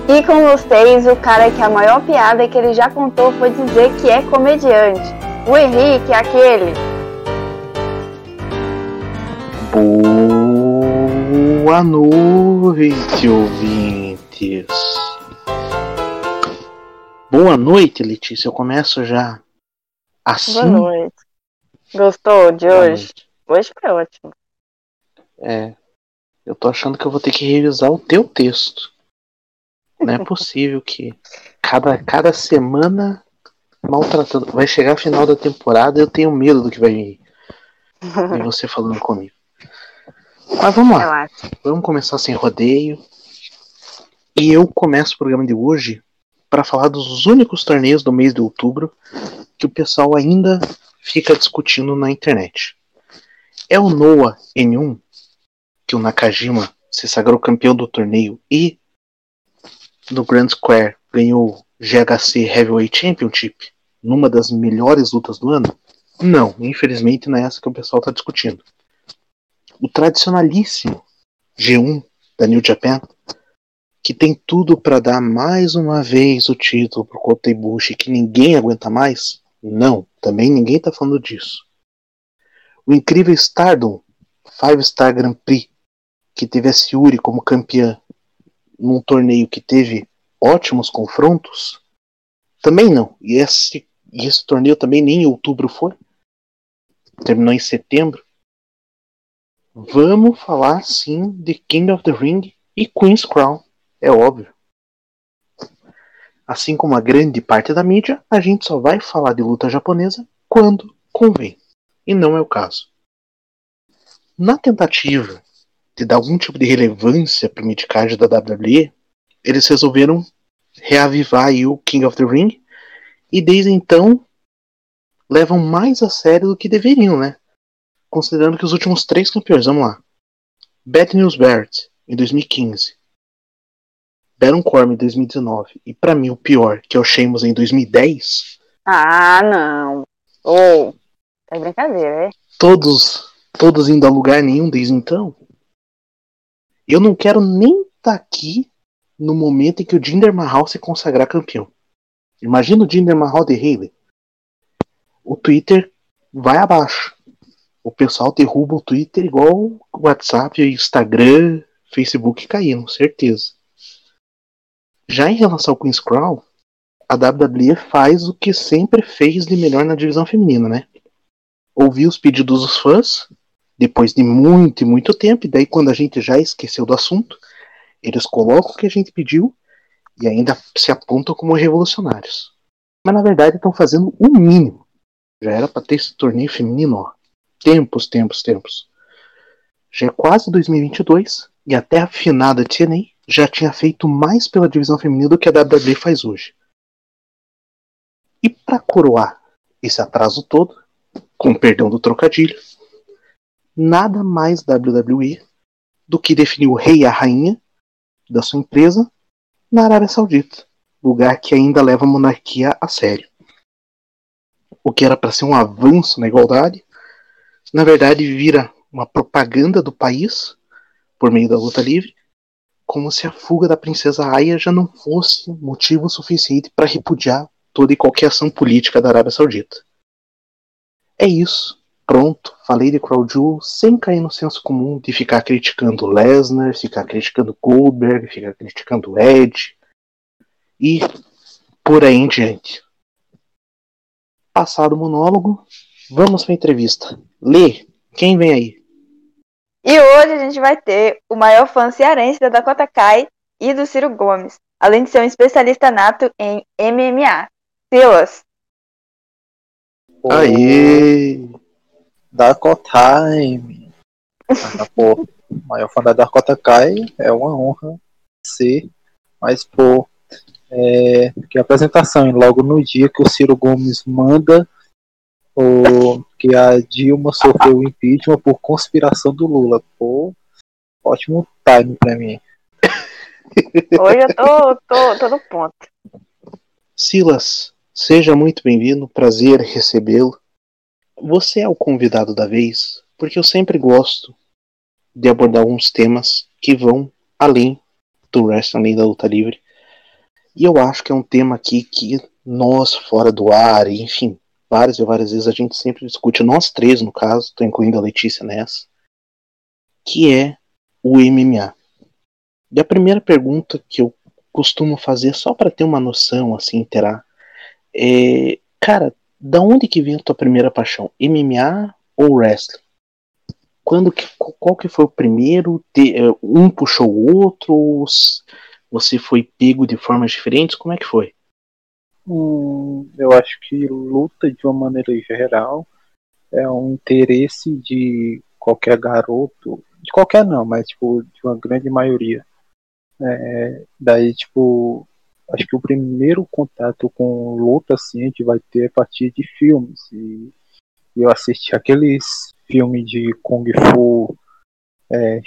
E com vocês, o cara que a maior piada que ele já contou foi dizer que é comediante. O Henrique, aquele. Boa noite, ouvintes. Boa noite, Letícia. Eu começo já assim. Boa noite. Gostou de Boa hoje? noite. Hoje foi ótimo. Eu tô achando que eu vou ter que revisar o teu texto. Não é possível que cada semana maltratando. Vai chegar a final da temporada, eu tenho medo do que vai vir. E você falando comigo. Mas vamos lá. Relaxa. Vamos começar sem rodeio. E eu começo o programa de hoje para falar dos únicos torneios do mês de outubro que o pessoal ainda fica discutindo na internet. É o Noah N1, que o Nakajima se sagrou campeão do torneio e no Grand Square ganhou o GHC Heavyweight Championship numa das melhores lutas do ano? Não, infelizmente não é essa que o pessoal está discutindo. O tradicionalíssimo G1 da New Japan, que tem tudo para dar mais uma vez o título pro Kota Ibushi, que ninguém aguenta mais? Não, também ninguém está falando disso. O incrível Stardom 5 Star Grand Prix, que teve a Syuri como campeã num torneio que teve ótimos confrontos? Também não. E esse torneio também nem em outubro foi. Terminou em setembro. Vamos falar sim de King of the Ring e Queen's Crown. É óbvio. Assim como a grande parte da mídia, a gente só vai falar de luta japonesa quando convém. E não é o caso. Na tentativa de dar algum tipo de relevância para o midcard da WWE, eles resolveram reavivar aí o King of the Ring e desde então levam mais a sério do que deveriam, né? Considerando que os últimos 3 campeões, vamos lá. Bad News Barrett em 2015, Baron Corbin em 2019 e pra mim o pior, que é o Sheamus em 2010. Ah, não. Ô, tá de brincadeira, é? Todos indo a lugar nenhum desde então. Eu não quero nem estar aqui no momento em que o Jinder Mahal se consagrar campeão. Imagina o Jinder Mahal de Hayley. O Twitter vai abaixo. O pessoal derruba o Twitter igual o WhatsApp, Instagram, Facebook caíram, certeza. Já em relação ao Queen's Crown, a WWE faz o que sempre fez de melhor na divisão feminina, né? Ouvir os pedidos dos fãs, depois de muito e muito tempo, e daí quando a gente já esqueceu do assunto, eles colocam o que a gente pediu e ainda se apontam como revolucionários. Mas na verdade estão fazendo o mínimo. Já era para ter esse torneio feminino, ó. Tempos. Já é quase 2022 e até a finada TNA já tinha feito mais pela divisão feminina do que a WWE faz hoje. E para coroar esse atraso todo, com perdão do trocadilho, nada mais WWE do que definir o rei e a rainha da sua empresa na Arábia Saudita, lugar que ainda leva a monarquia a sério. O que era para ser um avanço na igualdade, na verdade vira uma propaganda do país por meio da luta livre, como se a fuga da princesa Aya já não fosse motivo suficiente para repudiar toda e qualquer ação política da Arábia Saudita. É isso. Pronto, falei de Crown Jewel sem cair no senso comum de ficar criticando Lesnar, ficar criticando Goldberg, ficar criticando Edge e por aí em diante. Passado o monólogo, vamos para a entrevista. Lê, quem vem aí? E hoje a gente vai ter o maior fã cearense da Dakota Kai e do Ciro Gomes, além de ser um especialista nato em MMA. Silas. Aê! Dakotime. Pô, maior fã da Dakota Kai, é uma honra ser, mas pô, que apresentação, hein? Logo no dia que o Ciro Gomes manda que a Dilma sofreu o impeachment por conspiração do Lula. Pô, ótimo time pra mim. Hoje eu tô no ponto. Silas, seja muito bem-vindo, prazer recebê-lo. Você é o convidado da vez, porque eu sempre gosto de abordar alguns temas que vão além do wrestling, além da luta livre. E eu acho que é um tema aqui que nós, fora do ar, enfim, várias e várias vezes a gente sempre discute, nós três no caso, estou incluindo a Letícia nessa, que é o MMA. E a primeira pergunta que eu costumo fazer, só para ter uma noção, assim, terá, cara, da onde que vem a tua primeira paixão? MMA ou wrestling? Qual que foi o primeiro? Um puxou o outro? Você foi pego de formas diferentes? Como é que foi? Eu acho que luta, de uma maneira geral, é um interesse de qualquer garoto, de qualquer não, mas tipo, de uma grande maioria. Daí, tipo, acho que o primeiro contato com luta, assim, a gente vai ter a partir de filmes. E eu assisti aqueles filmes de Kung Fu é,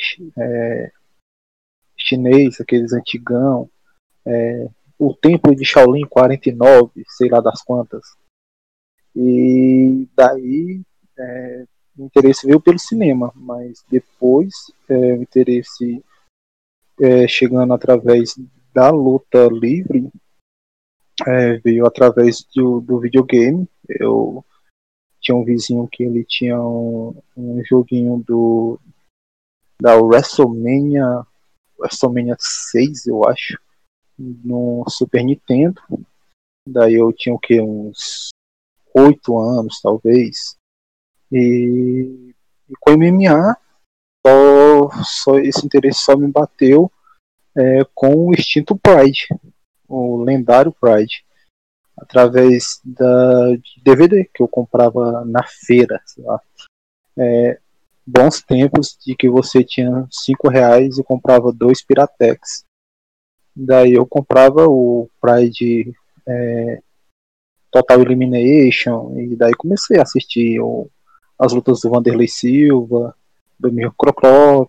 chinês, aqueles antigão, o Templo de Shaolin 49, sei lá das quantas. E daí o interesse veio pelo cinema, mas depois o interesse chegando através da luta livre veio através do videogame. Eu tinha um vizinho que ele tinha um joguinho da WrestleMania 6, eu acho, no Super Nintendo. Daí eu tinha o que, uns 8 anos, talvez. E com MMA, só esse interesse só me bateu com o extinto Pride, o lendário Pride, através de DVD que eu comprava na feira, sei lá. Bons tempos de que você tinha R$ 5 e comprava 2 Piratex. Daí eu comprava o Pride Total Elimination, e daí comecei a assistir as lutas do Vanderlei Silva, do Mirko Crocop,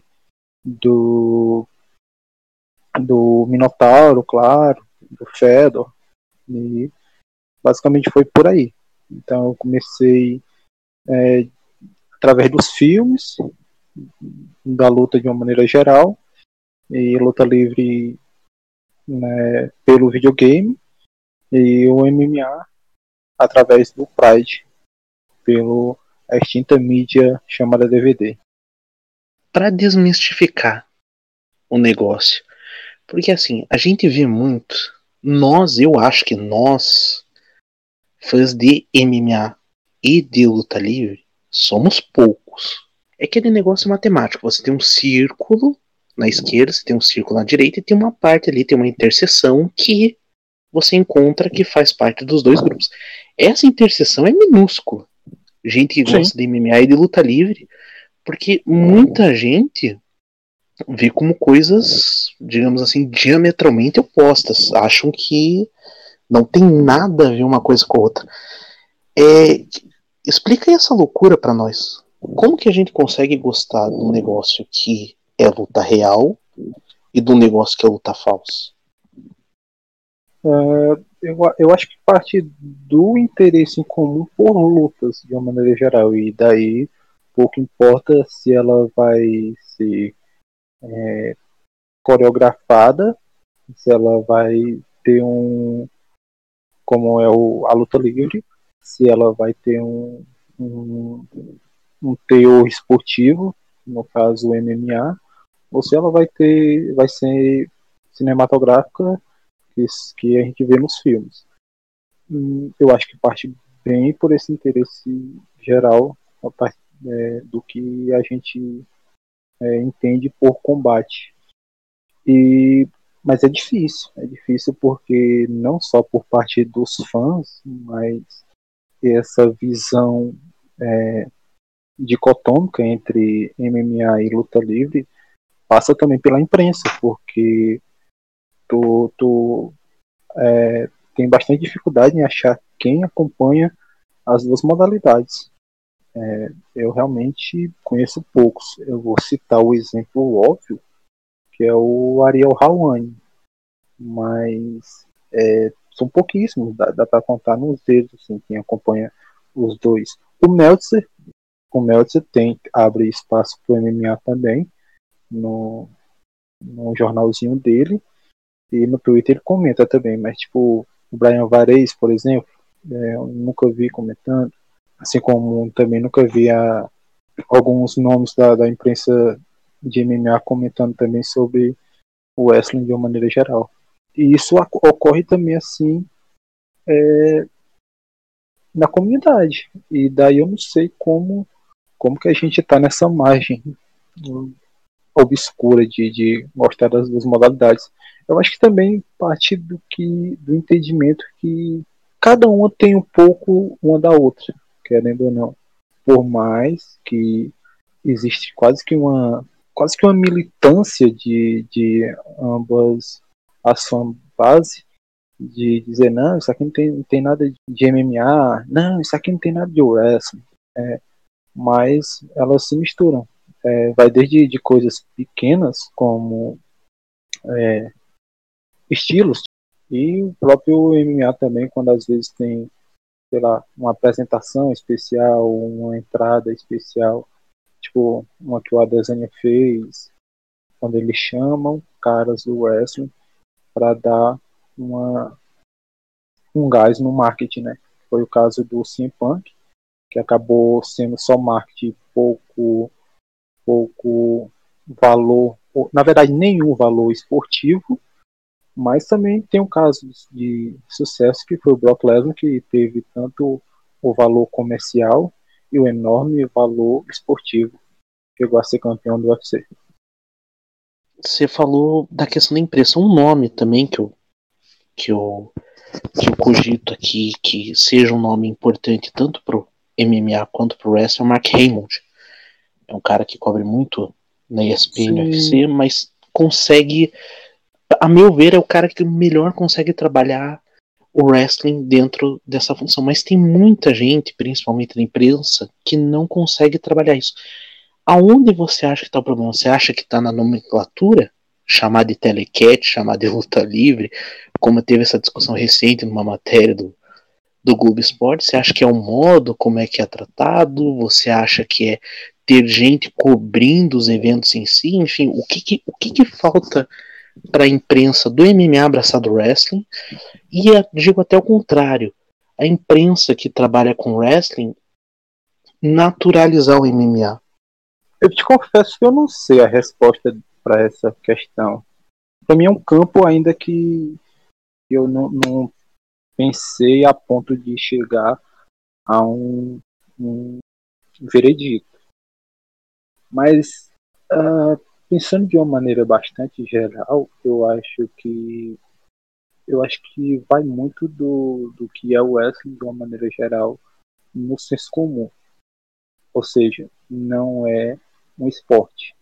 do, do Minotauro, claro, do Fedor, e basicamente foi por aí. Então eu comecei através dos filmes, da luta de uma maneira geral, e luta livre, né, pelo videogame, e o MMA através do Pride, pelo a extinta mídia chamada DVD. Para desmistificar o negócio. Porque assim, a gente vê muito, eu acho que nós, fãs de MMA e de luta livre, somos poucos. É aquele negócio matemático, você tem um círculo na esquerda, você tem um círculo na direita e tem uma parte ali, tem uma interseção que você encontra que faz parte dos dois grupos. Essa interseção é minúscula. Gente que Sim. gosta de MMA e de luta livre, porque muita gente vê como coisas, digamos assim, diametralmente opostas. Acham que não tem nada a ver uma coisa com a outra. Explica aí essa loucura pra nós. Como que a gente consegue gostar de um negócio que é luta real e de um negócio que é luta falsa? Eu acho que parte do interesse em comum por lutas, de uma maneira geral, e daí pouco importa se ela vai ser coreografada, se ela vai ter como é a luta livre, se ela vai ter um, um teor esportivo, no caso o MMA, ou se ela vai ser cinematográfica, que a gente vê nos filmes. Eu acho que parte bem por esse interesse geral do que a gente entende por combate. Mas é difícil porque não só por parte dos fãs, mas essa visão dicotômica entre MMA e luta livre passa também pela imprensa, porque tu tem bastante dificuldade em achar quem acompanha as duas modalidades. Eu realmente conheço poucos. Eu vou citar o exemplo óbvio, que é o Ariel Helwani, mas são pouquíssimos, dá para contar nos dedos assim, quem acompanha os dois. O Meltzer abre espaço para o MMA também, no jornalzinho dele, E no Twitter ele comenta também, mas tipo, o Brian Varese, por exemplo, eu nunca vi comentando, assim como também nunca vi alguns nomes da imprensa de MMA comentando também sobre o wrestling de uma maneira geral. E isso ocorre também assim na comunidade. E daí eu não sei como que a gente está nessa margem obscura de gostar das duas modalidades. Eu acho que também parte do entendimento que cada uma tem um pouco uma da outra, querendo ou não. Por mais que existe quase que uma militância de ambas as fanbases, de dizer, não, isso aqui não tem nada de MMA, não, isso aqui não tem nada de wrestling. Mas elas se misturam. Vai desde de coisas pequenas, como estilos, e o próprio MMA também, quando às vezes tem, sei lá, uma apresentação especial, uma entrada especial, tipo uma que o Adesanya fez, quando eles chamam caras do wrestling para dar um gás no marketing, né? Foi o caso do CM Punk, que acabou sendo só marketing, pouco valor, na verdade nenhum valor esportivo, mas também tem um caso de sucesso que foi o Brock Lesnar, que teve tanto o valor comercial e o enorme valor esportivo. Chegou a ser campeão do UFC. Você falou da questão da imprensa. Um nome também que eu, que eu cogito aqui que seja um nome importante tanto pro MMA quanto pro wrestling é o Mark Raymond. É um cara que cobre muito na ESPN, no Sim, UFC, mas consegue, a meu ver, é o cara que melhor consegue trabalhar o wrestling dentro dessa função. Mas tem muita gente, principalmente na imprensa, que não consegue trabalhar isso. Aonde você acha que está o problema? Você acha que está na nomenclatura? Chamar de telecat, chamar de luta livre, como teve essa discussão recente numa matéria do Globo Esporte? Você acha que é o modo, como é que é tratado? Você acha que é ter gente cobrindo os eventos em si? Enfim, o que falta para a imprensa do MMA abraçar do wrestling? E digo até o contrário, a imprensa que trabalha com wrestling naturalizar o MMA. eu te confesso que eu não sei a resposta para essa questão. Para mim é um campo ainda que eu não pensei a ponto de chegar a um veredito. Mas, pensando de uma maneira bastante geral, eu acho que vai muito do que é o wrestling de uma maneira geral no senso comum. Ou seja, não é um esporte.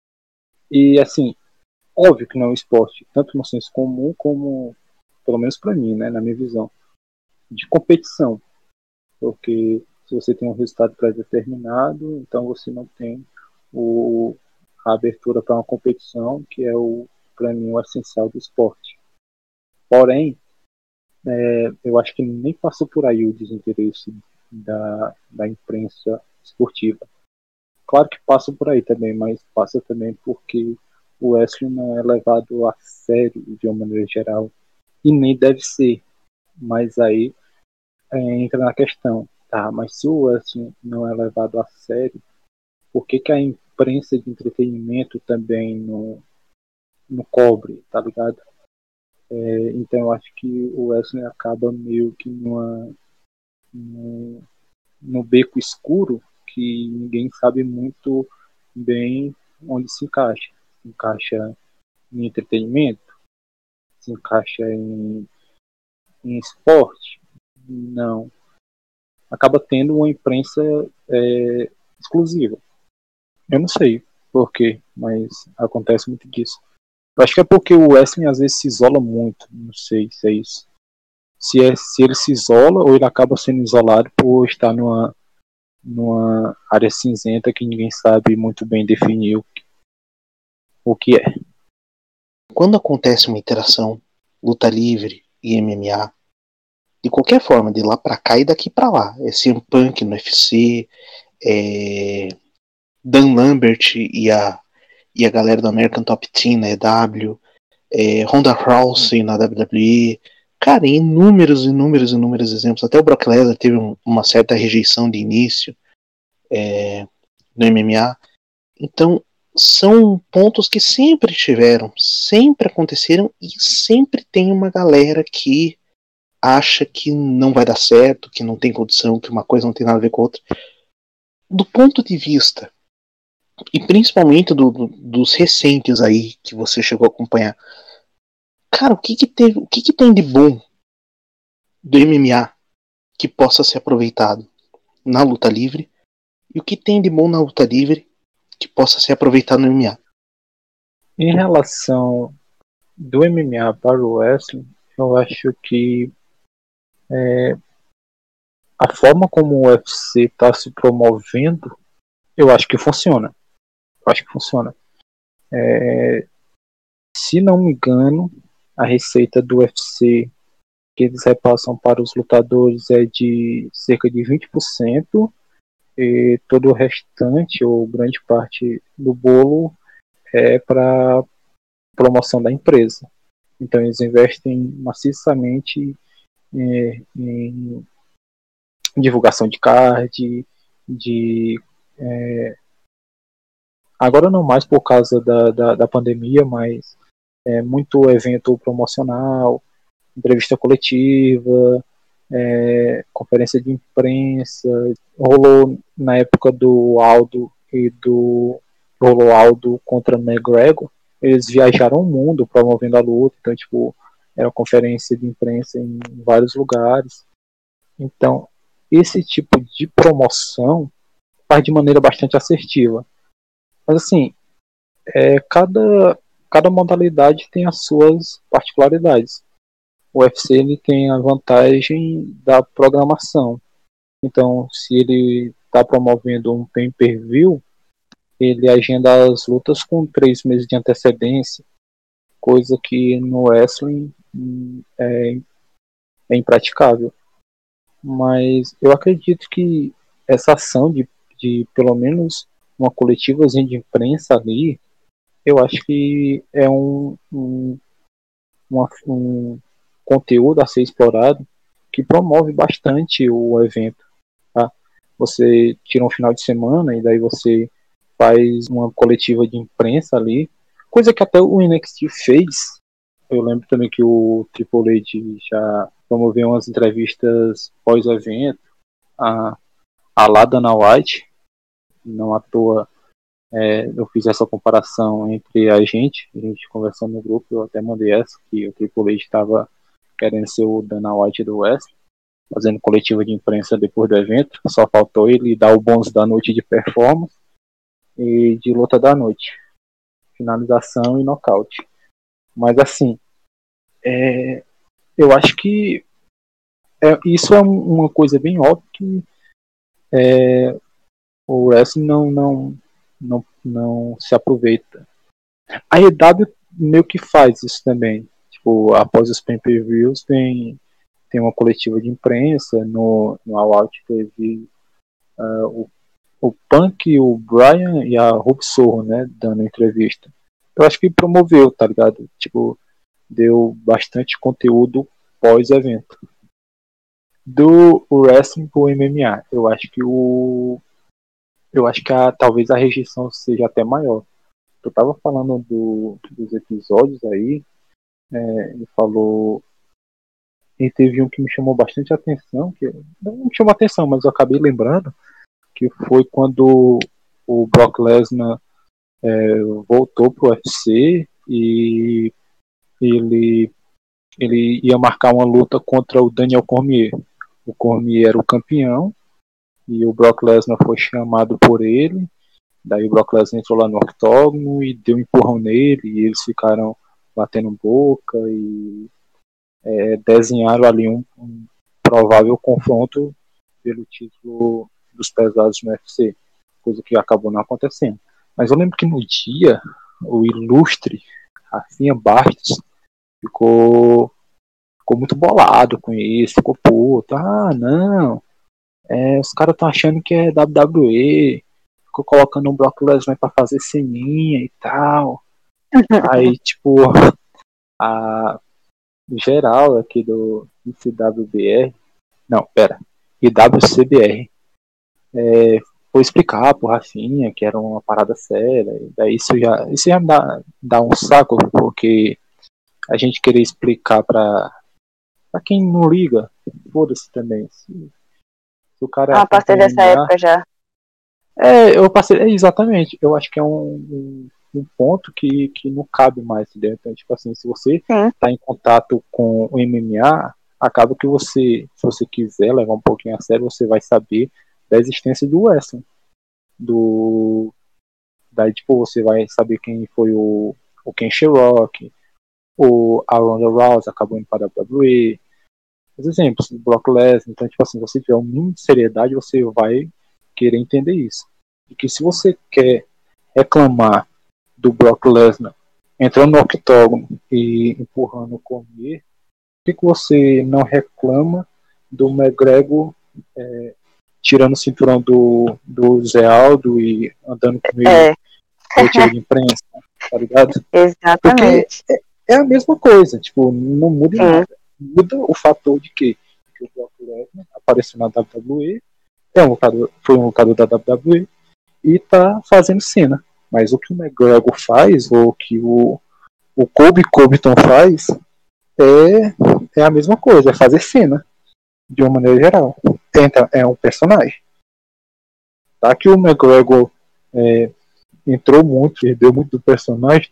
E assim, óbvio que não é um esporte, tanto no senso comum como, pelo menos para mim, né, na minha visão, de competição. Porque se você tem um resultado pré-determinado, então você não tem o, a abertura para uma competição, que é para mim o essencial do esporte. Porém, eu acho que nem passou por aí o desinteresse da imprensa esportiva. Claro que passa por aí também, mas passa também porque o wrestling não é levado a sério de uma maneira geral e nem deve ser. Mas aí entra na questão, tá? Mas se o wrestling não é levado a sério, por que a imprensa de entretenimento também não cobre, tá ligado? Então eu acho que o wrestling acaba meio que num, no beco escuro que ninguém sabe muito bem onde se encaixa. Se encaixa em entretenimento? Se encaixa em esporte? Não. Acaba tendo uma imprensa exclusiva. Eu não sei por quê, mas acontece muito disso. Eu acho que é porque o wrestling às vezes se isola muito. Não sei se é isso. Se ele se isola ou ele acaba sendo isolado por estar numa área cinzenta que ninguém sabe muito bem definir o que é. Quando acontece uma interação luta livre e MMA, de qualquer forma, de lá pra cá e daqui pra lá, é CM Punk no UFC, é Dan Lambert e a galera do American Top Team na EW, Ronda Rousey na WWE. Cara, inúmeros exemplos. Até o Brock Lesnar teve uma certa rejeição de início no MMA. Então, são pontos que sempre tiveram, sempre aconteceram e sempre tem uma galera que acha que não vai dar certo, que não tem condição, que uma coisa não tem nada a ver com a outra. Do ponto de vista, e principalmente dos recentes aí que você chegou a acompanhar, cara, o que tem de bom do MMA que possa ser aproveitado na luta livre e o que tem de bom na luta livre que possa ser aproveitado no MMA? Em relação do MMA para o wrestling, eu acho que a forma como o UFC está se promovendo, eu acho que funciona. Eu acho que funciona. Se não me engano, a receita do UFC que eles repassam para os lutadores é de cerca de 20%, e todo o restante, ou grande parte do bolo, é para promoção da empresa. Então eles investem maciçamente em divulgação de card, de agora não mais por causa da pandemia, mas muito evento promocional, entrevista coletiva, conferência de imprensa. Rolou na época do Aldo rolou Aldo contra McGregor. Eles viajaram o mundo promovendo a luta, então tipo, era conferência de imprensa em vários lugares. Então, esse tipo de promoção faz de maneira bastante assertiva. Mas assim, cada modalidade tem as suas particularidades. O UFC ele tem a vantagem da programação. Então, se ele está promovendo um pay-per-view, ele agenda as lutas com 3 meses de antecedência, coisa que no wrestling é impraticável. Mas eu acredito que essa ação de pelo menos uma coletivazinha de imprensa ali, eu acho que é um conteúdo a ser explorado que promove bastante o evento. Tá? Você tira um final de semana e daí você faz uma coletiva de imprensa ali, coisa que até o NXT fez. Eu lembro também que o Triple H já promoveu umas entrevistas pós-evento, a lá Dana White, não à toa eu fiz essa comparação entre a gente conversando no grupo, eu até mandei essa, que o Triple H estava querendo ser o Dana White do West, fazendo coletiva de imprensa depois do evento, só faltou ele dar o bônus da noite de performance e de luta da noite, finalização e nocaute. Mas assim, eu acho que isso é uma coisa bem óbvia que o wrestling não se aproveita. A EW meio que faz isso também. Tipo, após os pay-per-views tem uma coletiva de imprensa. No All Out teve o Punk, o Brian e a Ruby Soho, né, dando entrevista. Eu acho que promoveu, tá ligado? Tipo, deu bastante conteúdo pós-evento. Do wrestling pro MMA, eu acho que talvez a rejeição seja até maior. Eu tava falando dos episódios aí, ele falou, e teve um que me chamou bastante atenção, que não me chamou atenção, mas eu acabei lembrando, que foi quando o Brock Lesnar voltou pro UFC e ele ia marcar uma luta contra o Daniel Cormier. O Cormier era o campeão e o Brock Lesnar foi chamado por ele. Daí o Brock Lesnar entrou lá no octógono e deu um empurrão nele e eles ficaram batendo boca e desenharam ali um provável confronto pelo título dos pesados no UFC, coisa que acabou não acontecendo. Mas eu lembro que no dia o ilustre Rafinha Bastos ficou muito bolado com isso, ficou puto. Não, os caras estão achando que é WWE, ficou colocando um Brock Lesnar pra fazer ceninha e tal. Aí, tipo, a geral aqui do ICWBR, não, pera, IWCBR, foi explicar pro Rafinha que era uma parada séria, e daí isso já dá um saco, porque a gente querer explicar pra quem não liga, foda-se também. Se o cara Passei acompanha dessa MMA, época já. eu passei, exatamente, eu acho que é um ponto que não cabe mais, entendeu? Então, tipo assim, se você Sim. tá em contato com o MMA, acaba que você, se você quiser levar um pouquinho a sério, você vai saber da existência do wrestling. Daí, tipo, você vai saber quem foi o Ken Shamrock, a Ronda Rousey acabou indo para a WWE. Os exemplos, o Brock Lesnar. Então, tipo assim, se você tiver um mínimo de seriedade, você vai querer entender isso. E que se você quer reclamar do Brock Lesnar entrando no octógono e empurrando o Cormier, por que você não reclama do McGregor tirando o cinturão do Zé Aldo e andando com ele É, coletiva de imprensa, tá ligado? Porque exatamente. é a mesma coisa, tipo, não muda em Sim. nada. Muda o fator de que o Brock Lesnar apareceu na WWE, foi um lutador da WWE e tá fazendo cena. Mas o que o McGregor faz, ou o que o Colby Covington faz, é a mesma coisa, é fazer cena, de uma maneira geral. É um personagem. Tá que o McGregor entrou muito, perdeu muito do personagem,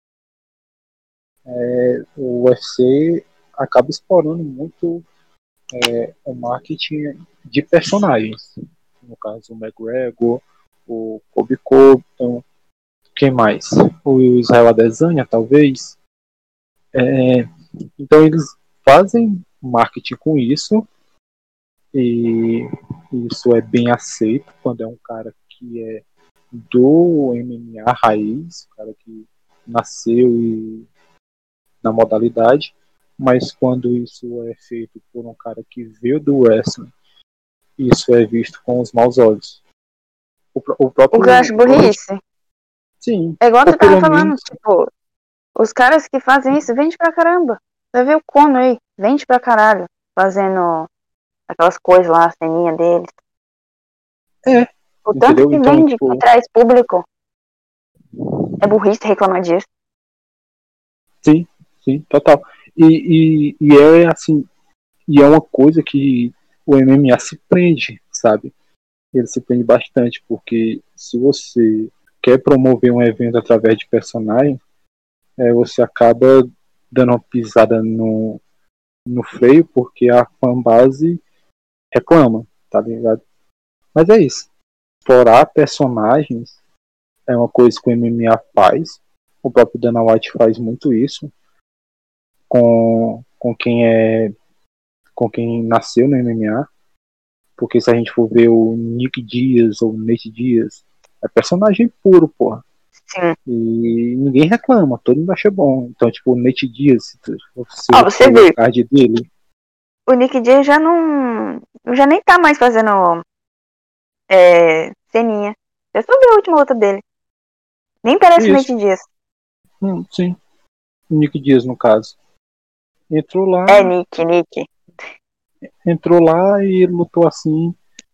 o UFC acaba explorando muito o marketing de personagens. No caso, o McGregor, o Colby Covington, quem mais? O Israel Adesanya, talvez. Então eles fazem marketing com isso e isso é bem aceito quando é um cara que é do MMA raiz, um cara que nasceu na modalidade, mas quando isso é feito por um cara que veio do wrestling, isso é visto com os maus olhos. O O que eu acho próprio burrice. sim, É igual ou tu tava pelo falando, menos tipo, os caras que fazem isso, vende pra caramba. Vai ver o Conor aí, vende pra caralho. Fazendo aquelas coisas lá, a ceninha deles. O tanto entendeu? que Então, vende, que tipo, traz público. É burrice reclamar disso. sim, sim, total. E é assim, e é uma coisa que o MMA se prende, sabe? Ele se prende bastante, porque se você quer promover um evento através de personagem, você acaba dando uma pisada no freio, porque a fanbase reclama, tá ligado? Mas é isso. Explorar personagens é uma coisa que o MMA faz. O próprio Dana White faz muito isso com com quem nasceu no MMA. Porque se a gente for ver o Nick Diaz ou o Nate Diaz, é personagem puro, porra. Sim. E ninguém reclama, todo mundo acha bom. Então, tipo, o Nate Diaz, se Ó, você você for ver o vê, card dele, o Nick Diaz já não. Já nem tá mais fazendo ceninha. Eu só vi a última luta dele. Nem parece o isso, Nick Diaz. sim, o Nick Diaz no caso. Entrou lá, É, Nick. entrou lá e lutou assim,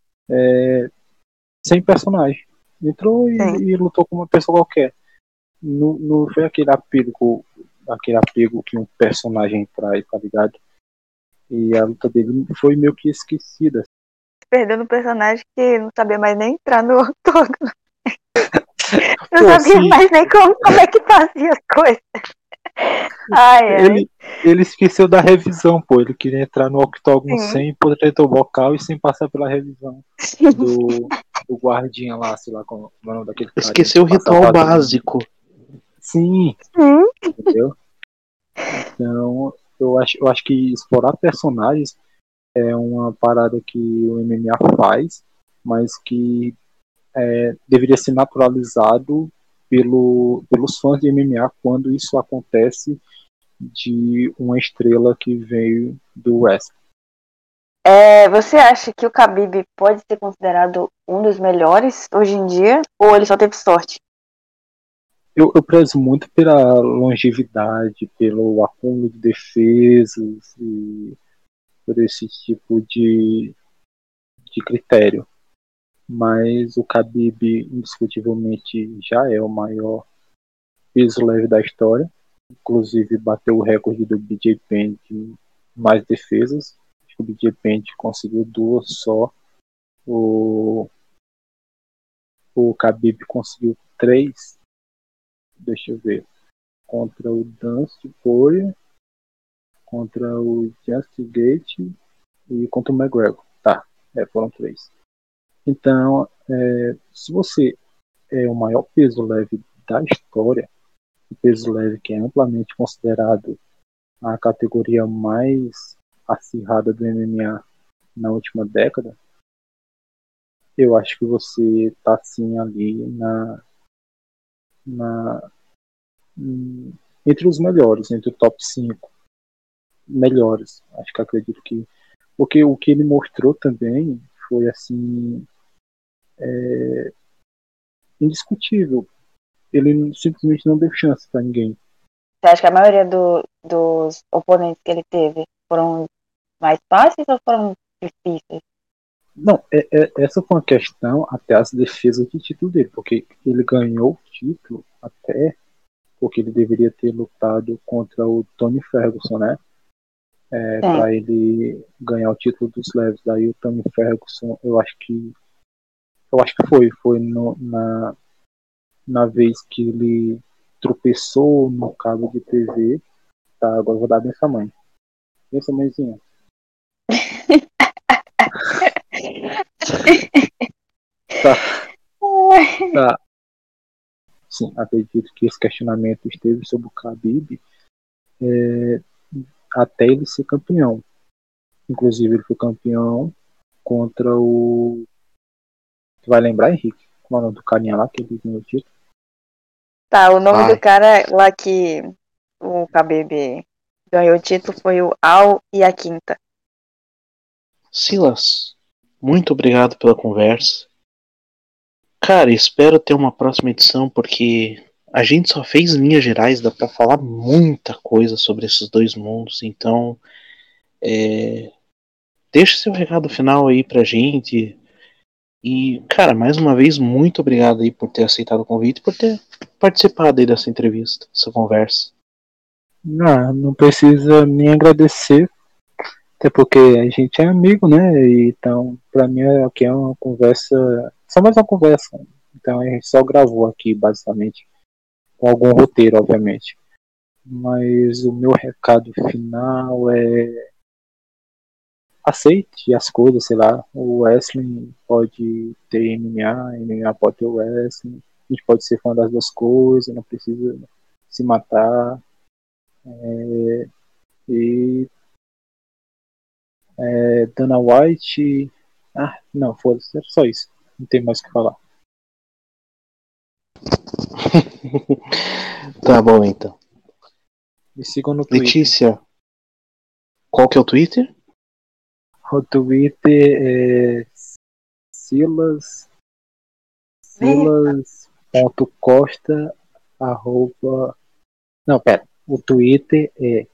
sem personagem. Entrou Sim. e lutou como uma pessoa qualquer. Não foi aquele apego que um personagem traz, tá ligado? E a luta dele foi meio que esquecida. Perdendo um personagem que não sabia mais nem entrar no octógono. Não Pô, sabia sim, mais nem como é que fazia as coisas. Ai. ele esqueceu da revisão, pô. Ele queria entrar no octógono Sim. sem protetor vocal e sem passar pela revisão Sim. do, do guardinha lá, sei lá como é o nome daquele cara Esqueceu que o passa ritual vaselina. básico. Sim, Sim. entendeu? Então, eu acho que explorar personagens é uma parada que o MMA faz, mas que deveria ser naturalizado pelos fãs de MMA quando isso acontece de uma estrela que veio do wrestling. Você acha que o Khabib pode ser considerado um dos melhores hoje em dia? Ou ele só teve sorte? Eu prezo muito pela longevidade, pelo acúmulo de defesas e por esse tipo de critério. Mas o Khabib indiscutivelmente já é o maior peso leve da história. Inclusive bateu o recorde do BJ Penn de mais defesas. Acho que o BJ Penn conseguiu 2 só. O Khabib conseguiu 3. Deixa eu ver. Contra o Dustin Poirier, contra o Justin Gaethje e contra o McGregor. Tá, foram 3. Então, se você é o maior peso leve da história, o peso leve que é amplamente considerado a categoria mais acirrada do MMA na última década, eu acho que você está sim ali na entre os melhores, entre o top 5 melhores. Acho que acredito que porque o que ele mostrou também foi assim indiscutível. Ele simplesmente não deu chance para ninguém. Você acha que a maioria dos oponentes que ele teve foram mais fáceis ou foram difíceis? Não, essa foi uma questão até as defesas de título dele, porque ele ganhou o título até porque ele deveria ter lutado contra o Tony Ferguson, né? Para ele ganhar o título dos leves. Daí o Tony Ferguson, eu acho que foi na vez que ele tropeçou no cabo de TV. Tá, agora eu vou dar bem essa mãe. Bem essa mãezinha. Tá. Sim, acredito que esse questionamento esteve sobre o Khabib até ele ser campeão. Inclusive ele foi campeão contra o... Tu vai lembrar, Henrique? Como é o nome do carinha lá que ele ganhou o título? Tá, o nome do cara lá que o Khabib ganhou o título foi o Al Iaquinta. Silas, muito obrigado pela conversa. Cara, espero ter uma próxima edição, porque a gente só fez linhas gerais, dá pra falar muita coisa sobre esses dois mundos, então deixa seu recado final aí pra gente. E, cara, mais uma vez, muito obrigado aí por ter aceitado o convite e por ter participado aí dessa entrevista, dessa conversa. Não precisa nem agradecer, até porque a gente é amigo, né? Então, pra mim, aqui é uma conversa, só mais uma conversa. Então, a gente só gravou aqui, basicamente, com algum roteiro, obviamente. Mas o meu recado final é: aceite as coisas, sei lá. O wrestling pode ter MMA pode ter wrestling. A gente pode ser fã das duas coisas, não precisa se matar. E Dana White. Não, foda-se, é só isso. Não tem mais o que falar. Tá bom, então. Me sigam no Twitter. Letícia, qual que é o Twitter? O Twitter é silas.costa Não, pera. O Twitter é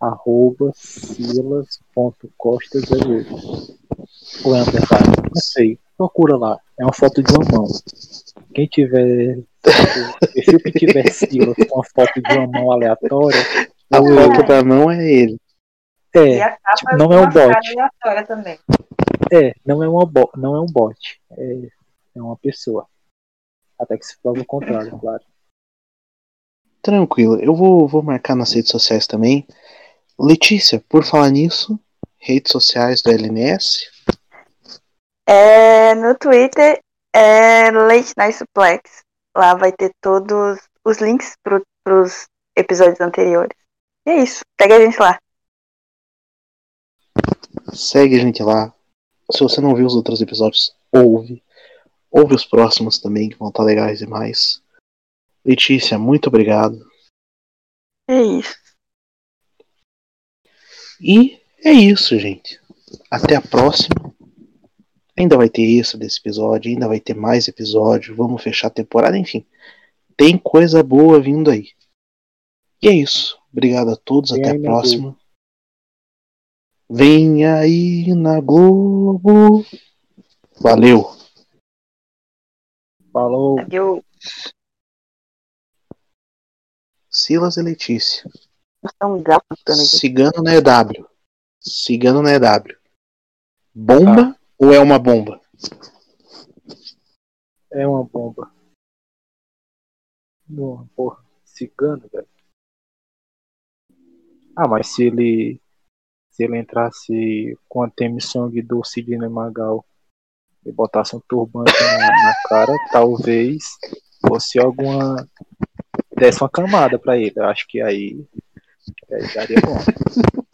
@silas.costa08. Ou é underline? Não sei. Procura lá. É uma foto de uma mão. Quem tiver... O perfil que tiver Silas com uma foto de uma mão aleatória... A foto da mão é ele. E a capa não é um bot. aleatória também. Não é um bot. É uma pessoa. Até que se prova o contrário, claro. Tranquilo, eu vou marcar nas redes sociais também. Letícia, por falar nisso, redes sociais do LNS? No Twitter é Late Night Suplex. Lá vai ter todos os links pros episódios anteriores. E é isso, segue a gente lá. Segue a gente lá. Se você não viu os outros episódios, ouve os próximos também, que vão estar legais demais. Letícia, muito obrigado. É isso. E é isso, gente. Até a próxima. Ainda vai ter isso desse episódio, ainda vai ter mais episódio. Vamos fechar a temporada, enfim. tem coisa boa vindo aí. E é isso. Obrigado a todos. Vem Até aí a na próxima. Vem aí na Globo. Valeu. Falou. Eu Silas e Letícia. sou um gato cantando aqui. Cigano na EW. Cigano na EW. Bomba ou é uma bomba? É uma bomba. Não, porra. Cigano, velho. Ah, mas se ele entrasse com a theme song do Sidney Magal e botasse um turbante na cara, talvez fosse alguma. Desse uma camada pra ele. Eu acho que aí daria bom.